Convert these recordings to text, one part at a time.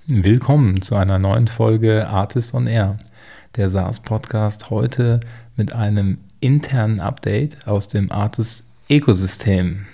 Willkommen zu einer neuen Folge Artist on Air, der SaaS-Podcast heute mit einem internen Update aus dem Artist-Ökosystem.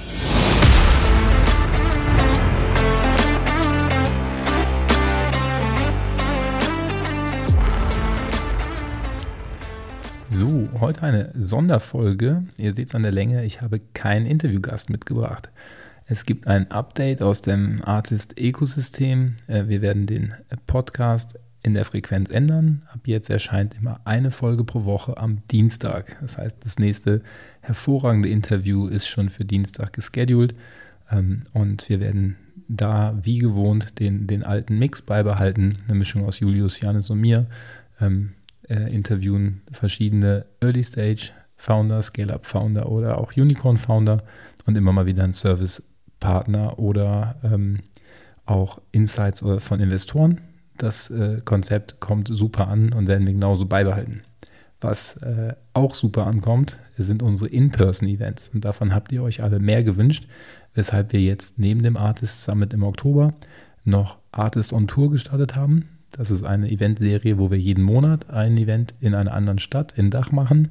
So, heute eine Sonderfolge. Ihr seht es an der Länge, ich habe keinen Interviewgast mitgebracht. Es gibt ein Update aus dem Artist-Ökosystem. Wir werden den Podcast in der Frequenz ändern. Ab jetzt erscheint immer eine Folge pro Woche am Dienstag. Das heißt, das nächste hervorragende Interview ist schon für Dienstag gescheduled. Und wir werden da wie gewohnt den alten Mix beibehalten. Eine Mischung aus Julius, Janis und mir. Interviewen verschiedene Early-Stage-Founder, Scale-Up-Founder oder auch Unicorn-Founder und immer mal wieder einen Service-Partner oder auch Insights von Investoren. Das Konzept kommt super an und werden wir genauso beibehalten. Was auch super ankommt, sind unsere In-Person-Events und davon habt ihr euch alle mehr gewünscht, weshalb wir jetzt neben dem Artist Summit im Oktober noch Artist on Tour gestartet haben. Das ist eine Eventserie, wo wir jeden Monat ein Event in einer anderen Stadt in Dach machen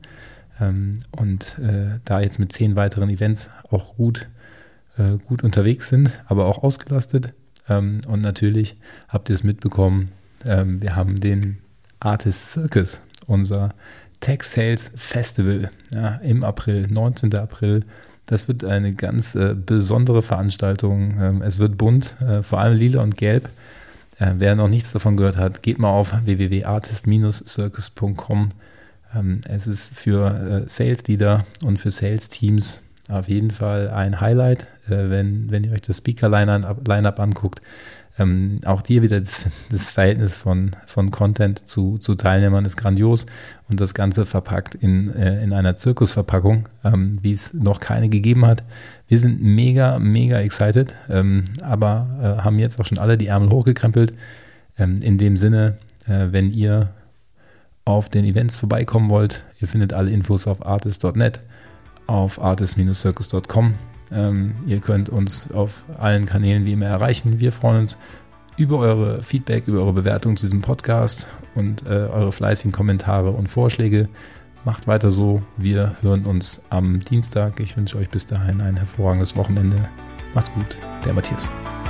und da jetzt mit 10 weiteren Events auch gut unterwegs sind, aber auch ausgelastet. Und natürlich habt ihr es mitbekommen, wir haben den Artist Circus, unser Tech Sales Festival im April, 19. April. Das wird eine ganz besondere Veranstaltung. Es wird bunt, vor allem lila und gelb. Wer noch nichts davon gehört hat, geht mal auf www.artist-circus.com. Es ist für Sales-Leader und für Sales-Teams auf jeden Fall ein Highlight, wenn ihr euch das Speaker-Line-Up anguckt. Auch hier wieder das Verhältnis von Content zu Teilnehmern ist grandios und das Ganze verpackt in einer Zirkusverpackung, wie es noch keine gegeben hat. Wir sind mega, mega excited, aber haben jetzt auch schon alle die Ärmel hochgekrempelt. In dem Sinne, wenn ihr auf den Events vorbeikommen wollt, ihr findet alle Infos auf artist.net, auf artist-circus.com. Ihr könnt uns auf allen Kanälen wie immer erreichen. Wir freuen uns über eure Feedback, über eure Bewertung zu diesem Podcast und eure fleißigen Kommentare und Vorschläge. Macht weiter so. Wir hören uns am Dienstag. Ich wünsche euch bis dahin ein hervorragendes Wochenende. Macht's gut. Der Matthias.